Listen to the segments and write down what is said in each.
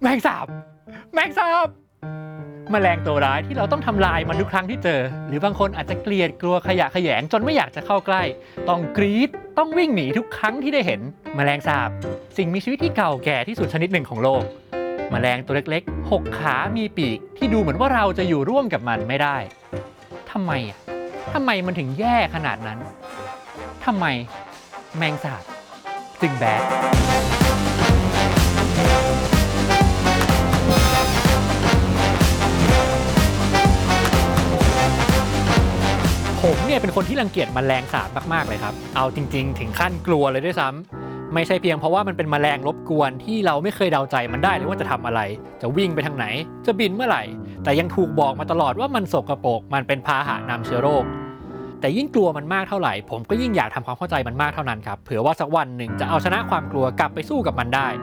งสาบแมงสาบแมลงตัวร้ายที่เราต้องทำลายมันทุกครั้งที่เจอหรือบางคนอาจจะเกลียดกลัวขยะแขยงจนไม่อยากจะเข้าใกล้ต้องกรี๊ดต้องวิ่งหนีทุกครั้งที่ได้เห็นแมลงสาบสิ่งมีชีวิตที่เก่าแก่ที่สุดชนิดหนึ่งของโลกแมลงตัวเล็กๆ6 ขามีปีกที่ดูเหมือนว่าเราจะอยู่ร่วมกับมันไม่ได้ทำไมมันถึงแย่ขนาดนั้นทำไมแมงสาบจึงแบดผมเนี่ยเป็นคนที่รังเกียจแมลงสาบมากๆเลยครับเอาจริงๆถึงขั้นกลัวเลยด้วยซ้ำไม่ใช่เพียงเพราะว่ามันเป็นแมลงรบกวนที่เราไม่เคยเดาใจมันได้เลยว่าจะทำอะไรจะวิ่งไปทางไหนจะบินเมื่อไหร่แต่ยังถูกบอกมาตลอดว่ามันสกปรกมันเป็นพาหะนำเชื้อโรคแต่ยิ่งกลัวมันมากเท่าไหร่ผมก็ยิ่งอยากทำความเข้าใจมันมากเท่านั้นครับเผื่อว่าสักวันหนึ่งจะเอาชนะความกลัวกลับไปสู้กับมันได้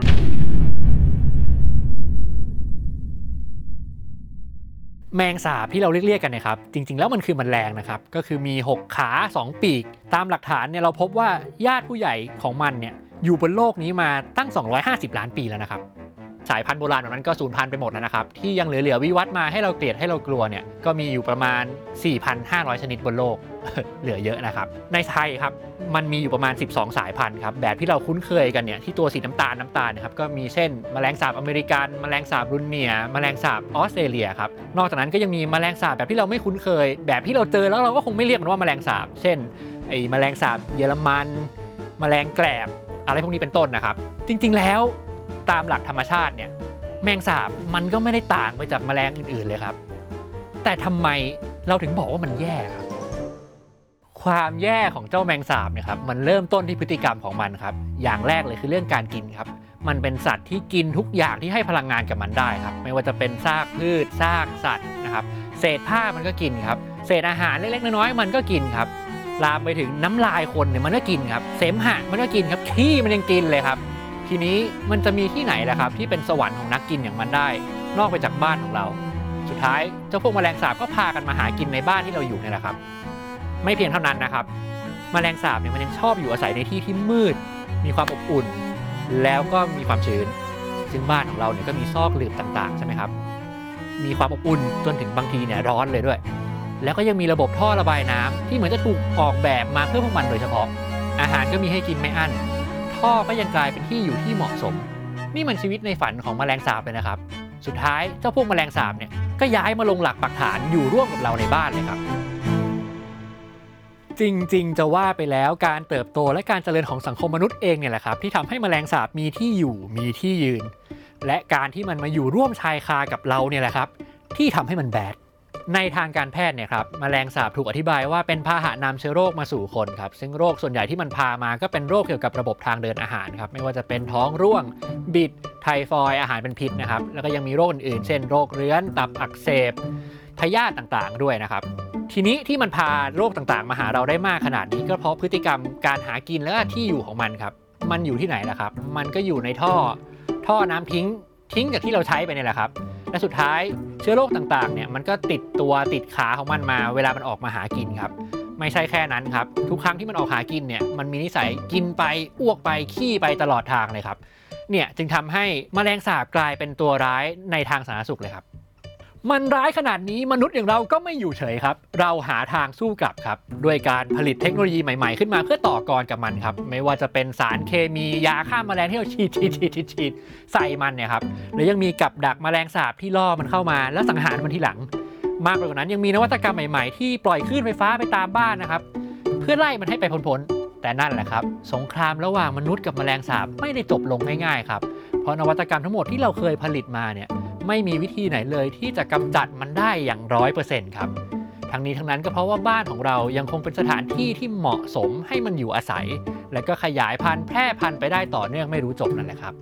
แมงสาบที่เราเรียกกันนะครับจริงๆแล้วมันคือแมลงนะครับก็คือมี6 ขา2 ปีกตามหลักฐานเนี่ยเราพบว่าญาติผู้ใหญ่ของมันเนี่ยอยู่บนโลกนี้มาตั้ง250 ล้านปีแล้วนะครับสายพันธุ์โบราณแบบนั้นก็สูญพันธุ์ไปหมดแล้วนะครับที่ยังเหลือวิวัฒน์มาให้เราเกลียดให้เรากลัวเนี่ยก็มีอยู่ประมาณ 4,500 ชนิดบนโลก เหลือเยอะนะครับในไทยครับมันมีอยู่ประมาณ12 สายพันธุ์ครับแบบที่เราคุ้นเคยกันเนี่ยที่ตัวสีน้ำตาลนะครับก็มีเช่นแมลงสาบอเมริกันแมลงสาบรุนเนียแมลงสาบออสเตรเลียครับนอกจากนั้นก็ยังมีแมลงสาบแบบที่เราไม่คุ้นเคยแบบที่เราเจอแล้วเราก็คงไม่เรียกมันว่าแมลงสาบเช่นไอ้แมลงสาบเยอรมันแมลงแกลบอะไรพวกนี้เป็นต้นนะครับจริงๆแล้วตามหลักธรรมชาติเนี่ยแมงสาบมันก็ไม่ได้ต่างไปจากแมลงอื่นๆเลยครับแต่ทำไมเราถึงบอกว่ามันแย่ครับความแย่ของเจ้าแมงสาบเนี่ยครับมันเริ่มต้นที่พฤติกรรมของมันครับอย่างแรกเลยคือเรื่องการกินครับมันเป็นสัตว์ที่กินทุกอย่างที่ให้พลังงานกับมันได้ครับไม่ว่าจะเป็นซากพืชซากสัตว์นะครับเศษผ้ามันก็กินครับเศษอาหารเล็กๆน้อยๆมันก็กินครับลามไปถึงน้ำลายคนเนี่ยมันก็กินครับเสมหะมันก็กินครับขี้มันยังกินเลยครับทีนี้มันจะมีที่ไหนล่ะครับที่เป็นสวรรค์ของนักกินอย่างมันได้นอกไปจากบ้านของเราสุดท้ายเจ้าพวกแมลงสาบก็พากันมาหากินในบ้านที่เราอยู่นี่แหละครับไม่เพียงเท่านั้นนะครับแมลงสาบเนี่ยมันยังชอบอยู่อาศัยในที่ที่มืดมีความอบอุ่นแล้วก็มีความชื้นซึ่งบ้านของเราเนี่ยก็มีซอกหลืบต่างๆใช่ไหมครับมีความอบอุ่นจนถึงบางทีเนี่ยร้อนเลยด้วยแล้วก็ยังมีระบบท่อระบายน้ำที่เหมือนจะถูกออกแบบมาเพื่อพวกมันโดยเฉพาะอาหารก็มีให้กินไม่อั้นท่อก็ยังกลายเป็นที่อยู่ที่เหมาะสมนี่มันชีวิตในฝันของแมลงสาบเลยนะครับสุดท้ายเจ้าพวกแมลงสาบเนี่ยก็ย้ายมาลงหลักปักฐานอยู่ร่วมกับเราในบ้านเลยครับจริงๆจะว่าไปแล้วการเติบโตและการเจริญของสังคมมนุษย์เองเนี่ยแหละครับที่ทำให้แมลงสาบมีที่อยู่มีที่ยืนและการที่มันมาอยู่ร่วมชายคากับเราเนี่ยแหละครับที่ทำให้มันแบดในทางการแพทย์เนี่ยครับแมลงสาบถูกอธิบายว่าเป็นพาหะนำเชื้อโรคมาสู่คนครับซึ่งโรคส่วนใหญ่ที่มันพามาก็เป็นโรคเกี่ยวกับระบบทางเดินอาหารครับไม่ว่าจะเป็นท้องร่วงบิดไทฟอยด์อาหารเป็นพิษนะครับแล้วก็ยังมีโรคอื่นๆเช่นโรคเรื้อนตับอักเสบพยาธิต่างๆด้วยนะครับทีนี้ที่มันพาโรคต่างๆมาหาเราได้มากขนาดนี้ก็เพราะพฤติกรรมการหากินและที่อยู่ของมันครับมันอยู่ที่ไหนล่ะครับมันก็อยู่ในท่อน้ำทิ้งจากที่เราใช้ไปนี่แหละครับและสุดท้ายเชื้อโรคต่างๆเนี่ยมันก็ติดขาของมันมาเวลามันออกมาหากินครับไม่ใช่แค่นั้นครับทุกครั้งที่มันออกหากินเนี่ยมันมีนิสัยกินไปอ้วกไปขี้ไปตลอดทางเลยครับเนี่ยจึงทำให้แมลงสาบกลายเป็นตัวร้ายในทางสาธารณสุขเลยครับมันร้ายขนาดนี้มนุษย์อย่างเราก็ไม่อยู่เฉยครับเราหาทางสู้กลับครับด้วยการผลิตเทคโนโลยีใหม่ๆขึ้นมาเพื่อต่อกรกับมันครับไม่ว่าจะเป็นสารเคมียาฆ่าแมลงที่เราฉีดใส่มันเนี่ยครับหรือยังมีกับดักแมลงสาบที่ล่อมันเข้ามาแล้วสังหารมันทีหลังมากไปกว่านั้นยังมีนวัตกรรมใหม่ๆที่ปล่อยคลื่นไฟฟ้าไปตามบ้านนะครับเพื่อไล่มันให้ไปพ้นๆแต่นั่นแหละครับสงครามระหว่างมนุษย์กับแมลงสาบไม่ได้จบลงง่ายๆครับเพราะนวัตกรรมทั้งหมดที่เราเคยผลิตมาเนี่ยไม่มีวิธีไหนเลยที่จะกำจัดมันได้อย่าง 100% ครับทั้งนี้ทั้งนั้นก็เพราะว่าบ้านของเรายังคงเป็นสถานที่ที่เหมาะสมให้มันอยู่อาศัยและก็ขยายพันธุ์แพร่พันธุ์ไปได้ต่อเนื่องไม่รู้จบนั่นแหละครับ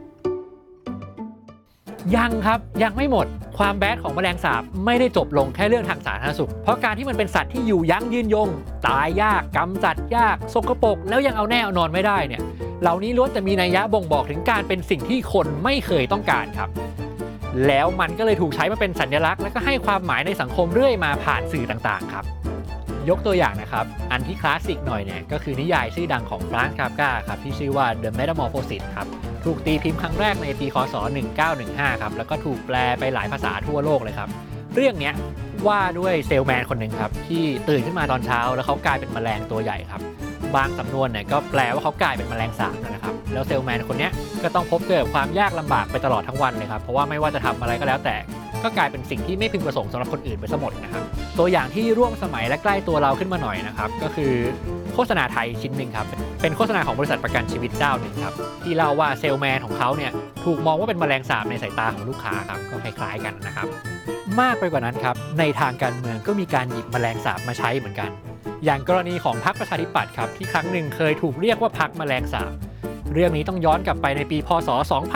ยังครับยังไม่หมดความแบดของแมลงสาบไม่ได้จบลงแค่เรื่องทางสาธารณสุขเพราะการที่มันเป็นสัตว์ที่อยู่ยั้งยืนยงตายยากกำจัดยากสกปรกแล้วยังเอาแน่เอานอนไม่ได้เนี่ยเหล่านี้ล้วนแต่มีนัยยะบ่งบอกถึงการเป็นสิ่งที่คนไม่เคยต้องการครับแล้วมันก็เลยถูกใช้มาเป็นสัญลักษณ์และก็ให้ความหมายในสังคมเรื่อยมาผ่านสื่อต่างๆครับยกตัวอย่างนะครับอันที่คลาสสิกหน่อยเนี่ยก็คือนิยายชื่อดังของฟรานซ์ คาฟกาครับที่ชื่อว่า The Metamorphosis ครับถูกตีพิมพ์ครั้งแรกในปีคศ1915ครับแล้วก็ถูกแปลไปหลายภาษาทั่วโลกเลยครับเรื่องนี้ว่าด้วยเซลแมนคนหนึ่งครับที่ตื่นขึ้นมาตอนเช้าแล้วเขากลายเป็นแมลงตัวใหญ่ครับบางสำนวนเนี่ยก็แปลว่าเขากลายเป็นแมลงสาบนะครับแล้วเซลแมนคนนี้ก็ต้องพบเจอความยากลำบากไปตลอดทั้งวันเลยครับเพราะว่าไม่ว่าจะทำอะไรก็แล้วแต่ก็กลายเป็นสิ่งที่ไม่พึงประสงค์สำหรับคนอื่นไปซะหมดนะครับตัวอย่างที่ร่วมสมัยและใกล้ตัวเราขึ้นมาหน่อยนะครับก็คือโฆษณาไทยชิ้นหนึ่งครับเป็นโฆษณาของบริษัทประกันชีวิตเจ้าหนึ่งครับที่เล่าว่าเซลแมนของเขาเนี่ยถูกมองว่าเป็นแมลงสาบในสายตาของลูกค้าครับก็คล้ายๆกันนะครับมากไปกว่านั้นครับในทางการเมืองก็มีการหยิบแมลงสาบมาใช้เหมือนกันอย่างกรณีของพรรคประชาธิปัตย์ครับที่ครั้งหนึ่งเคยถูกเรียกว่าพรรคแมลงสาบเรื่องนี้ต้องย้อนกลับไปในปีพ.ศ.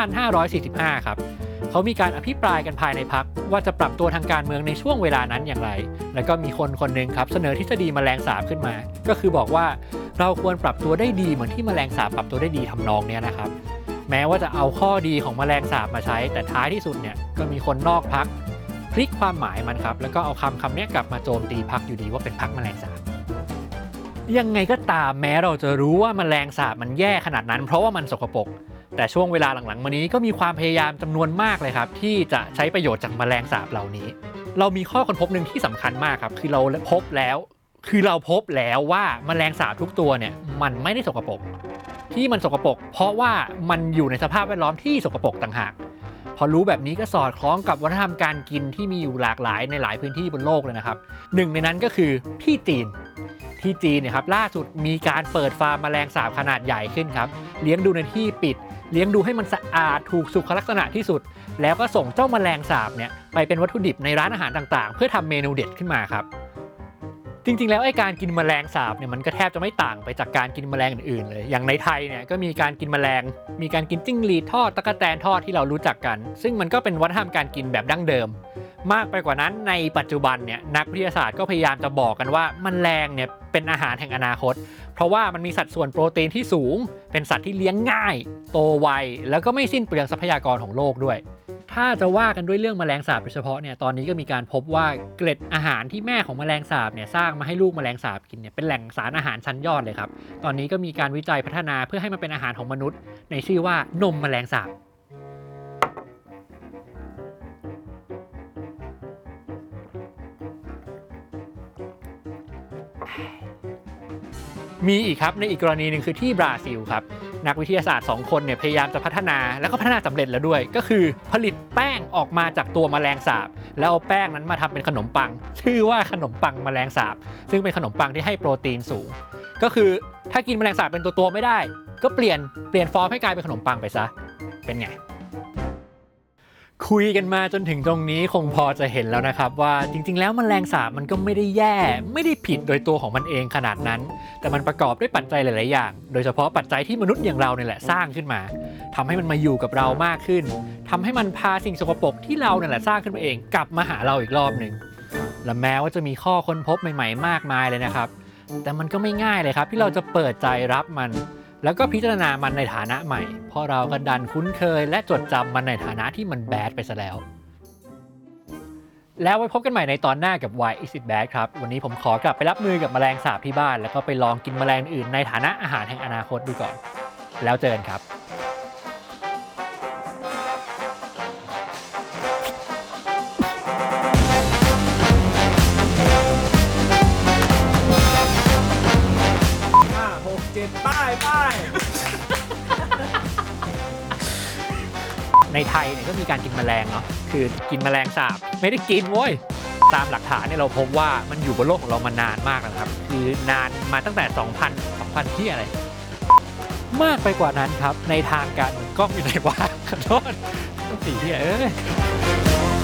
2545ครับเขามีการอภิปรายกันภายในพรรคว่าจะปรับตัวทางการเมืองในช่วงเวลานั้นอย่างไรแล้วก็มีคนหนึ่งครับเสนอทฤษฎีแมลงสาบขึ้นมาก็คือบอกว่าเราควรปรับตัวได้ดีเหมือนที่แมลงสาบปรับตัวได้ดีทำนองนี้นะครับแม้ว่าจะเอาข้อดีของแมลงสาบมาใช้แต่ท้ายที่สุดเนี่ยก็มีคนนอกพรรคพลิกความหมายมันครับแล้วก็เอาคำนี้กลับมาโจมตีพรรคอยู่ดีว่าเป็นพรรคแมลงสาบยังไงก็ตามแม้เราจะรู้ว่าแมลงสาบมันแย่ขนาดนั้นเพราะว่ามันสกปรกแต่ช่วงเวลาหลังๆมานี้ก็มีความพยายามจำนวนมากเลยครับที่จะใช้ประโยชน์จากแมลงสาบเหล่านี้เรามีข้อค้นพบหนึ่งที่สำคัญมากครับคือเราพบแล้วว่าแมลงสาบทุกตัวเนี่ยมันไม่ได้สกปรกที่มันสกปรกเพราะว่ามันอยู่ในสภาพแวดล้อมที่สกปรกต่างหากพอรู้แบบนี้ก็สอดคล้องกับวัฒนธรรมการกินที่มีอยู่หลากหลายในหลายพื้นที่บนโลกเลยนะครับหนึ่งในนั้นก็คือที่จีนเนี่ยครับล่าสุดมีการเปิดฟาร์มแมลงสาบขนาดใหญ่ขึ้นครับเลี้ยงดูในที่ปิดเลี้ยงดูให้มันสะอาดถูกสุขลักษณะที่สุดแล้วก็ส่งเจ้าแมลงสาบเนี่ยไปเป็นวัตถุดิบในร้านอาหารต่างๆเพื่อทำเมนูเด็ดขึ้นมาครับจริงๆแล้วไอ้การกินแมลงสาบเนี่ยมันก็แทบจะไม่ต่างไปจากการกินแมลงอื่นๆเลยอย่างในไทยเนี่ยก็มีการกินแมลงมีการกินจิ้งหรีดทอดตั๊กแตนทอดที่เรารู้จักกันซึ่งมันก็เป็นวัฒนธรรมการกินแบบดั้งเดิมมากไปกว่านั้นในปัจจุบันเนี่ยนักวิทยาศาสตร์ก็พยายามจะบอกกันว่าแมลงเนี่ยเป็นอาหารแห่งอนาคตเพราะว่ามันมีสัดส่วนโปรตีนที่สูงเป็นสัตว์ที่เลี้ยงง่ายโตไวแล้วก็ไม่สิ้นเปลืองทรัพยากรของโลกด้วยถ้าจะว่ากันด้วยเรื่องแมลงสาบโดยเฉพาะเนี่ยตอนนี้ก็มีการพบว่าเกล็ดอาหารที่แม่ของแมลงสาบเนี่ยสร้างมาให้ลูกแมลงสาบกินเนี่ยเป็นแหล่งสารอาหารชั้นยอดเลยครับตอนนี้ก็มีการวิจัยพัฒนาเพื่อให้มันเป็นอาหารของมนุษย์ในชื่อว่านมแมลงสาบมีอีกครับในอีกกรณีหนึ่งคือที่บราซิลครับนักวิทยาศาสตร์2คนเนี่ยพยายามจะพัฒนาแล้วก็พัฒนาสำเร็จแล้วด้วยก็คือผลิตแป้งออกมาจากตัวแมลงสาบแล้วเอาแป้งนั้นมาทำเป็นขนมปังชื่อว่าขนมปังแมลงสาบซึ่งเป็นขนมปังที่ให้โปรตีนสูงก็คือถ้ากินแมลงสาบเป็นตัวไม่ได้ก็เปลี่ยนฟอร์มให้กลายเป็นขนมปังไปซะเป็นไงคุยกันมาจนถึงตรงนี้คงพอจะเห็นแล้วนะครับว่าจริงๆแล้วแมลงสาบมันก็ไม่ได้แย่ไม่ได้ผิดโดยตัวของมันเองขนาดนั้นแต่มันประกอบด้วยปัจจัยหลายๆอย่างโดยเฉพาะปัจจัยที่มนุษย์อย่างเราเนี่ยแหละสร้างขึ้นมาทำให้มันมาอยู่กับเรามากขึ้นทำให้มันพาสิ่งสกปรกที่เราเนี่ยแหละสร้างขึ้นมาเองกลับมาหาเราอีกรอบหนึ่งและแม้ว่าจะมีข้อค้นพบใหม่ๆมากมายเลยนะครับแต่มันก็ไม่ง่ายเลยครับที่เราจะเปิดใจรับมันแล้วก็พิจารณามันในฐานะใหม่เพราะเราก็ดันคุ้นเคยและจดจำมันในฐานะที่มันแบดไปซะแล้วไว้พบกันใหม่ในตอนหน้ากับ Why Is It Bad ครับวันนี้ผมขอกลับไปรับมือกับแมลงสาบที่บ้านแล้วก็ไปลองกินแมลงอื่นในฐานะอาหารแห่งอนาคตดูก่อนแล้วเจอกันครับป้ายในไทยเนี่ยก็มีการกินแมลงเนาะคือกินแมลงสาบไม่ได้กินโว้ยตามหลักฐานเนี่ยเราพบว่ามันอยู่บนโลกของเรามานานมากแล้วครับคือนานมาตั้งแต่ 2000ที่อะไรมากไปกว่านั้นครับในทางการกล้องอยู่ไหนวะขอโทษต้องสีที่